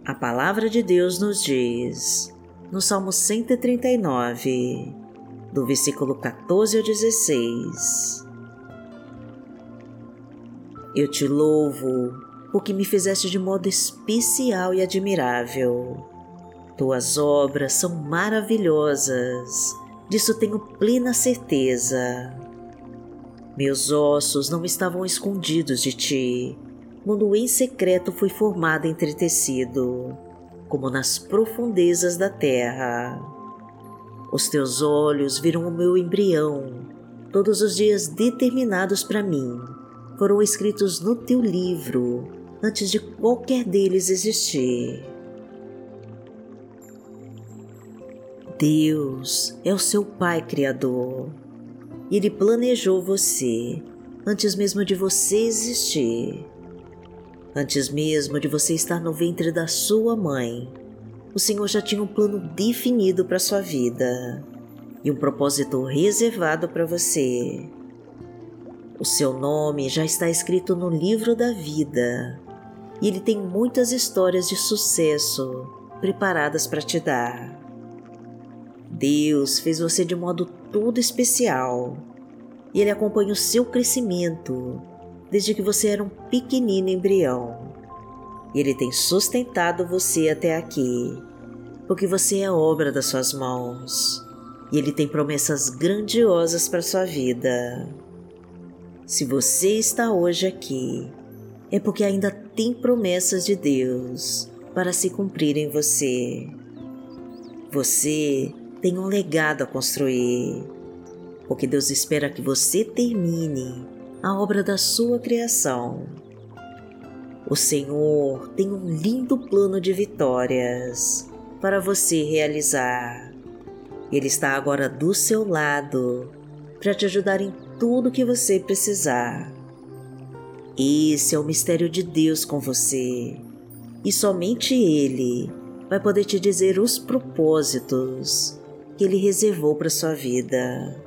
A palavra de Deus nos diz, no Salmo 139, do versículo 14 ao 16: Eu te louvo, porque me fizeste de modo especial e admirável. Tuas obras são maravilhosas, disso tenho plena certeza. Meus ossos não estavam escondidos de ti, quando em secreto fui formado e entretecido, como nas profundezas da terra. Os teus olhos viram o meu embrião, todos os dias determinados para mim foram escritos no teu livro, antes de qualquer deles existir. Deus é o seu Pai Criador, e Ele planejou você antes mesmo de você existir. Antes mesmo de você estar no ventre da sua mãe, o Senhor já tinha um plano definido para sua vida e um propósito reservado para você. O seu nome já está escrito no livro da vida e Ele tem muitas histórias de sucesso preparadas para te dar. Deus fez você de modo todo especial e Ele acompanha o seu crescimento desde que você era um pequenino embrião. E Ele tem sustentado você até aqui, porque você é obra das suas mãos e Ele tem promessas grandiosas para sua vida. Se você está hoje aqui, é porque ainda tem promessas de Deus para se cumprir em você. Você tem um legado a construir, porque Deus espera que você termine a obra da sua criação. O Senhor tem um lindo plano de vitórias para você realizar. Ele está agora do seu lado para te ajudar em tudo que você precisar. Esse é o mistério de Deus com você, e somente Ele vai poder te dizer os propósitos que Ele reservou para sua vida.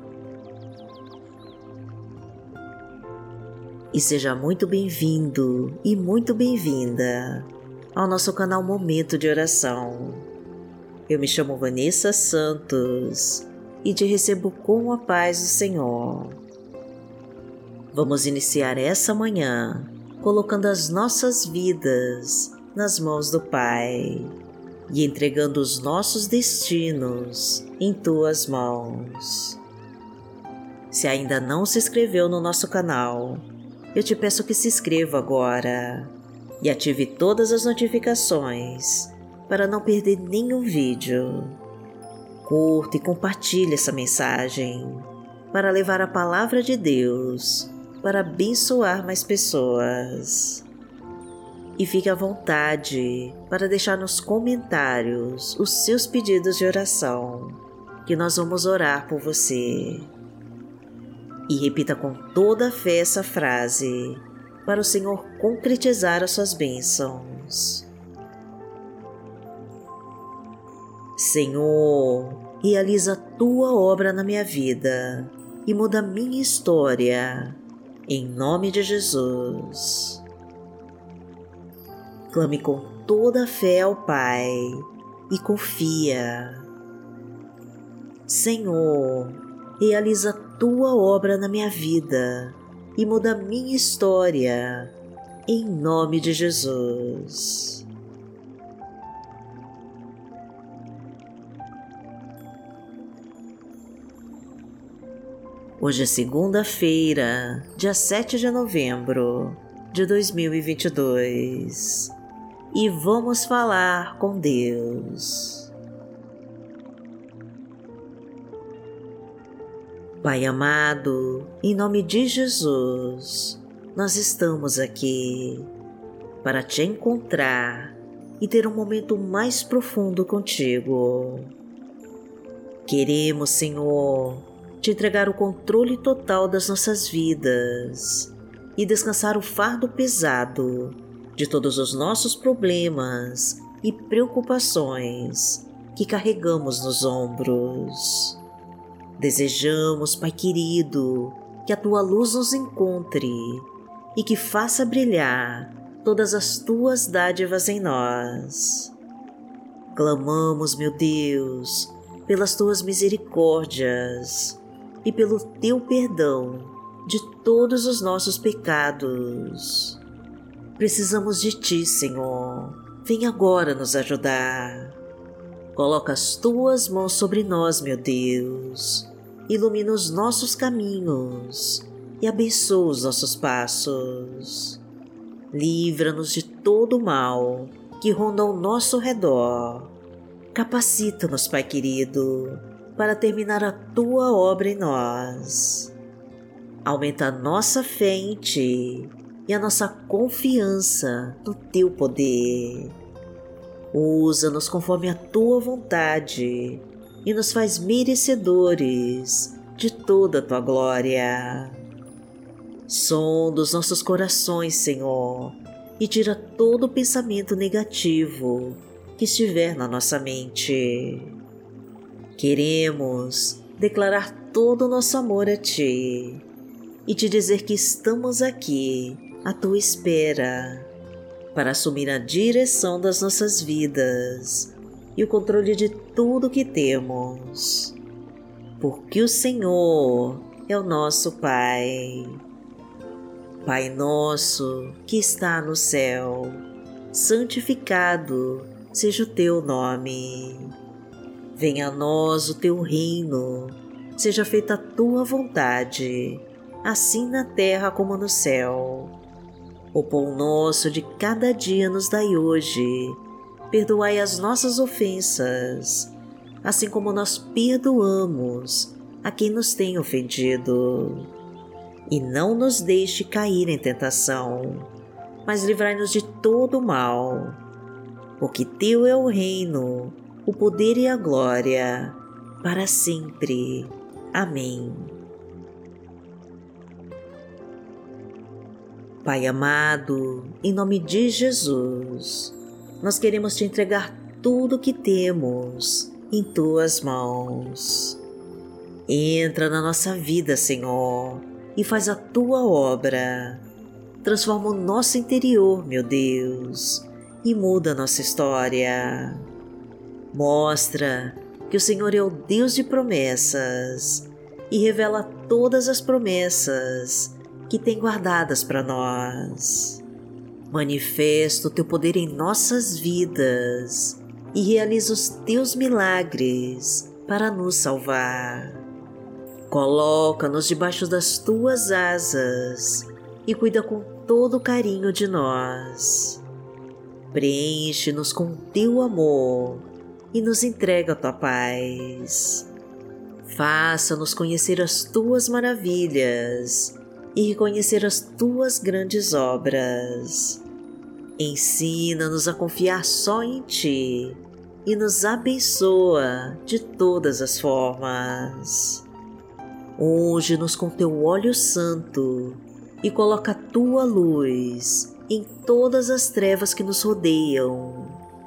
E seja muito bem-vindo e muito bem-vinda ao nosso canal Momento de Oração. Eu me chamo Vanessa Santos e te recebo com a paz do Senhor. Vamos iniciar essa manhã colocando as nossas vidas nas mãos do Pai e entregando os nossos destinos em tuas mãos. Se ainda não se inscreveu no nosso canal, eu te peço que se inscreva agora e ative todas as notificações para não perder nenhum vídeo. Curta e compartilhe essa mensagem para levar a palavra de Deus para abençoar mais pessoas. E fique à vontade para deixar nos comentários os seus pedidos de oração, que nós vamos orar por você. E repita com toda a fé essa frase, para o Senhor concretizar as suas bênçãos. Senhor, realiza a tua obra na minha vida e muda a minha história, em nome de Jesus. Clame com toda a fé ao Pai e confia. Senhor, realiza a tua obra na minha vida e muda a minha história, em nome de Jesus. Hoje é segunda-feira, dia 7 de novembro de 2022 e vamos falar com Deus. Pai amado, em nome de Jesus, nós estamos aqui para te encontrar e ter um momento mais profundo contigo. Queremos, Senhor, te entregar o controle total das nossas vidas e descansar o fardo pesado de todos os nossos problemas e preocupações que carregamos nos ombros. Desejamos, Pai querido, que a Tua luz nos encontre e que faça brilhar todas as tuas dádivas em nós. Clamamos, meu Deus, pelas tuas misericórdias e pelo teu perdão de todos os nossos pecados. Precisamos de ti, Senhor. Vem agora nos ajudar. Coloca as tuas mãos sobre nós, meu Deus. Ilumina os nossos caminhos e abençoa os nossos passos. Livra-nos de todo o mal que ronda ao nosso redor. Capacita-nos, Pai querido, para terminar a tua obra em nós. Aumenta a nossa fé em ti e a nossa confiança no teu poder. Usa-nos conforme a tua vontade e nos faz merecedores de toda a tua glória. Sonda os nossos corações, Senhor, e tira todo o pensamento negativo que estiver na nossa mente. Queremos declarar todo o nosso amor a ti e te dizer que estamos aqui à tua espera para assumir a direção das nossas vidas e o controle de tudo que temos, porque o Senhor é o nosso Pai. Pai nosso que está no céu, santificado seja o teu nome. Venha a nós o teu reino, seja feita a tua vontade, assim na terra como no céu. O pão nosso de cada dia nos dai hoje. Perdoai as nossas ofensas, assim como nós perdoamos a quem nos tem ofendido. E não nos deixe cair em tentação, mas livrai-nos de todo o mal. Porque teu é o reino, o poder e a glória, para sempre. Amém. Pai amado, em nome de Jesus, nós queremos te entregar tudo o que temos em tuas mãos. Entra na nossa vida, Senhor, e faz a tua obra. Transforma o nosso interior, meu Deus, e muda a nossa história. Mostra que o Senhor é o Deus de promessas e revela todas as promessas que tem guardadas para nós. Manifesta o teu poder em nossas vidas e realiza os teus milagres para nos salvar. Coloca-nos debaixo das tuas asas e cuida com todo carinho de nós. Preenche-nos com teu amor e nos entrega a tua paz. Faça-nos conhecer as tuas maravilhas e reconhecer as tuas grandes obras. Ensina-nos a confiar só em ti e nos abençoa de todas as formas. Unge-nos com teu óleo santo e coloca a tua luz em todas as trevas que nos rodeiam.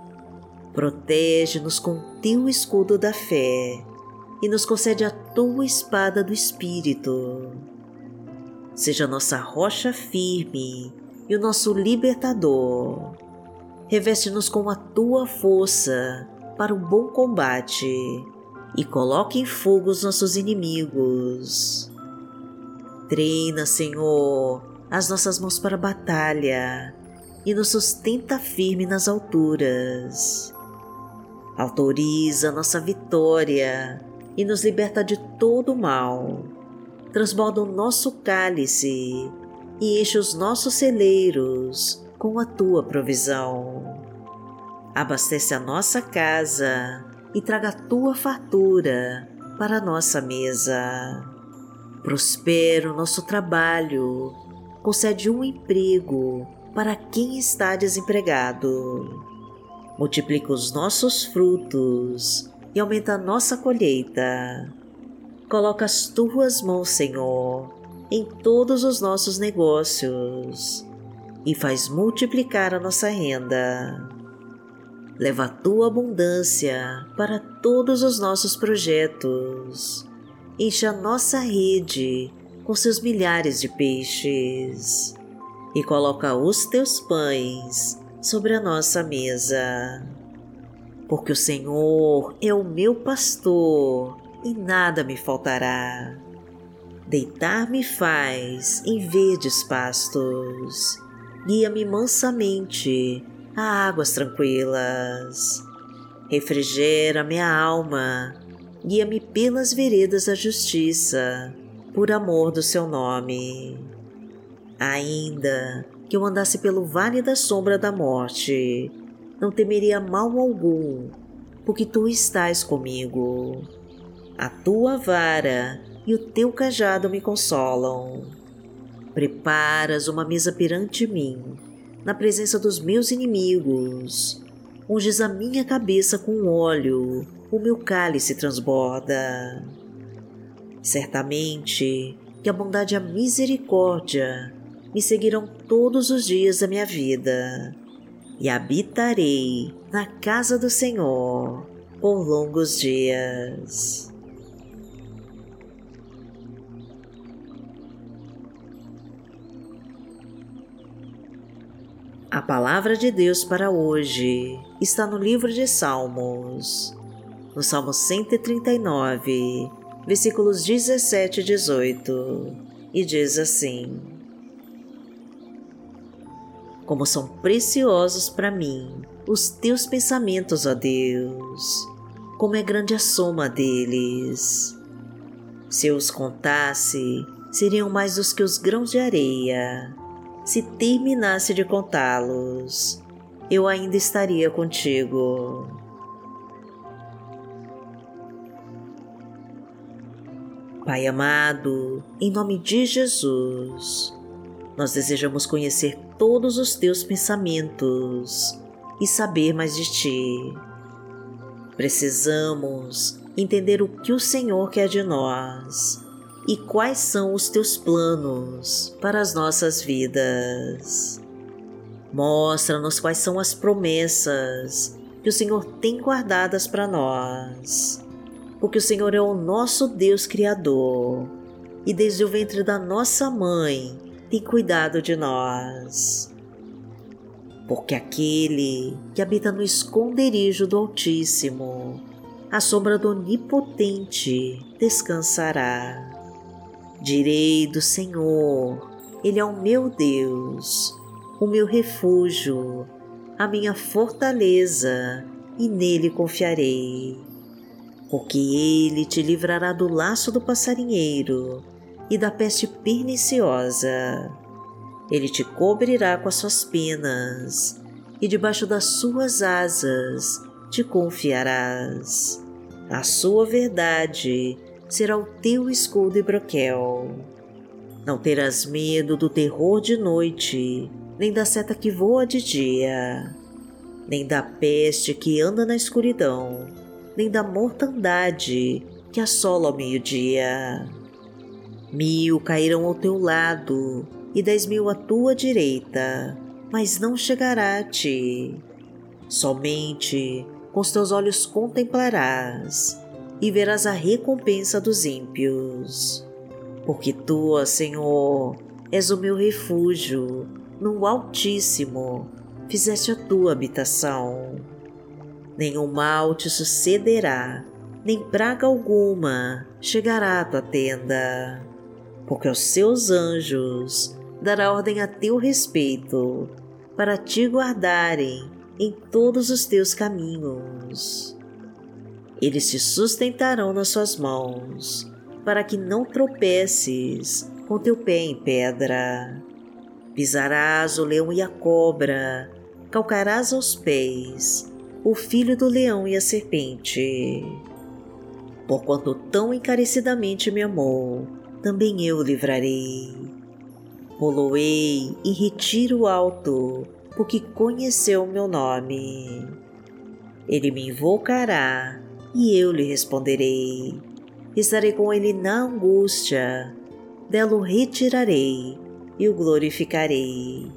Protege-nos com teu escudo da fé e nos concede a tua espada do Espírito. Seja nossa rocha firme e o nosso libertador. Reveste-nos com a tua força para o bom combate e coloque em fogo os nossos inimigos. Treina, Senhor, as nossas mãos para a batalha e nos sustenta firme nas alturas. Autoriza a nossa vitória e nos liberta de todo o mal. Transborda o nosso cálice e enche os nossos celeiros com a tua provisão. Abastece a nossa casa e traga a tua fartura para a nossa mesa. Prospera o nosso trabalho, concede um emprego para quem está desempregado. Multiplica os nossos frutos e aumenta a nossa colheita. Coloca as tuas mãos, Senhor, em todos os nossos negócios e faz multiplicar a nossa renda. Leva a tua abundância para todos os nossos projetos. Enche a nossa rede com seus milhares de peixes. e coloca os teus pães sobre a nossa mesa. Porque o Senhor é o meu pastor e nada me faltará. Deitar-me faz em verdes pastos, guia-me mansamente a águas tranquilas. Refrigera minha alma, guia-me pelas veredas da justiça, por amor do seu nome. Ainda que eu andasse pelo vale da sombra da morte, não temeria mal algum, porque tu estás comigo. A tua vara e o teu cajado me consolam. Preparas uma mesa perante mim, na presença dos meus inimigos. Unges a minha cabeça com óleo, o meu cálice transborda. Certamente que a bondade e a misericórdia me seguirão todos os dias da minha vida, e habitarei na casa do Senhor por longos dias. A palavra de Deus para hoje está no livro de Salmos, no Salmo 139, versículos 17 e 18, e diz assim: Como são preciosos para mim os teus pensamentos, ó Deus, como é grande a soma deles. Se eu os contasse, seriam mais dos que os grãos de areia. Se terminasse de contá-los, eu ainda estaria contigo. Pai amado, em nome de Jesus, nós desejamos conhecer todos os teus pensamentos e saber mais de ti. Precisamos entender o que o Senhor quer de nós e quais são os teus planos para as nossas vidas. Mostra-nos quais são as promessas que o Senhor tem guardadas para nós, porque o Senhor é o nosso Deus Criador e desde o ventre da nossa mãe tem cuidado de nós. Porque aquele que habita no esconderijo do Altíssimo, à sombra do Onipotente, descansará. Direi do Senhor, Ele é o meu Deus, o meu refúgio, a minha fortaleza, e nele confiarei. Porque Ele te livrará do laço do passarinheiro e da peste perniciosa. Ele te cobrirá com as suas penas, e debaixo das suas asas te confiarás. A sua verdade será o teu escudo e broquel. Não terás medo do terror de noite, nem da seta que voa de dia, nem da peste que anda na escuridão, nem da mortandade que assola ao meio-dia. 1000 cairão ao teu lado e 10.000 à tua direita, mas não chegará a ti. Somente com os teus olhos contemplarás e verás a recompensa dos ímpios. Porque tu, ó Senhor, és o meu refúgio, no Altíssimo fizeste a tua habitação. Nenhum mal te sucederá, nem praga alguma chegará à tua tenda, porque aos seus anjos dará ordem a teu respeito, para te guardarem em todos os teus caminhos. Eles te sustentarão nas suas mãos, para que não tropeces com teu pé em pedra. Pisarás o leão e a cobra, calcarás aos pés o filho do leão e a serpente. Porquanto tão encarecidamente me amou, também eu o livrarei. Poloei em retiro alto, porque conheceu o meu nome. Ele me invocará e eu lhe responderei. Estarei com ele na angústia, dela o retirarei e o glorificarei.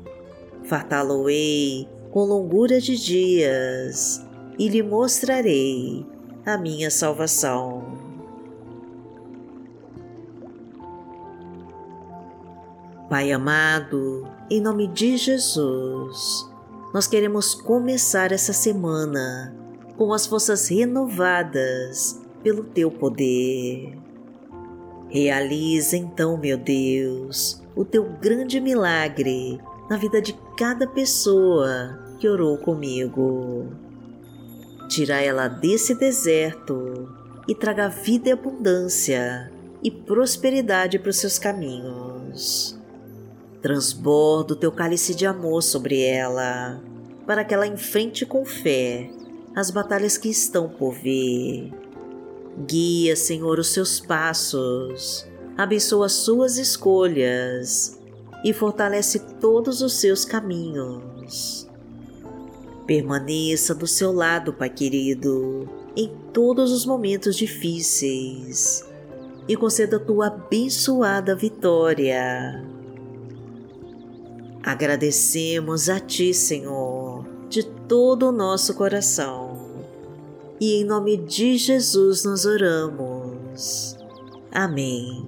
Fartá-lo-ei com longura de dias e lhe mostrarei a minha salvação. Pai amado, em nome de Jesus, nós queremos começar essa semana com as forças renovadas pelo Teu poder. Realiza então, meu Deus, o Teu grande milagre na vida de cada pessoa que orou comigo. Tira ela desse deserto e traga vida e abundância e prosperidade para os seus caminhos. Transborda o Teu cálice de amor sobre ela, para que ela enfrente com fé as batalhas que estão por vir. Guia, Senhor, os seus passos, abençoa as suas escolhas e fortalece todos os seus caminhos. Permaneça do seu lado, Pai querido, em todos os momentos difíceis e conceda a tua abençoada vitória. Agradecemos a Ti, Senhor, de todo o nosso coração. E em nome de Jesus nós oramos. Amém.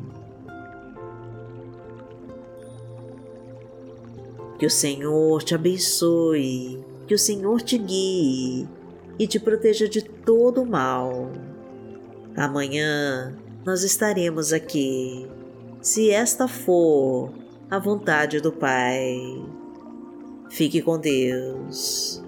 Que o Senhor te abençoe, que o Senhor te guie e te proteja de todo o mal. Amanhã nós estaremos aqui, se esta for a vontade do Pai. Fique com Deus.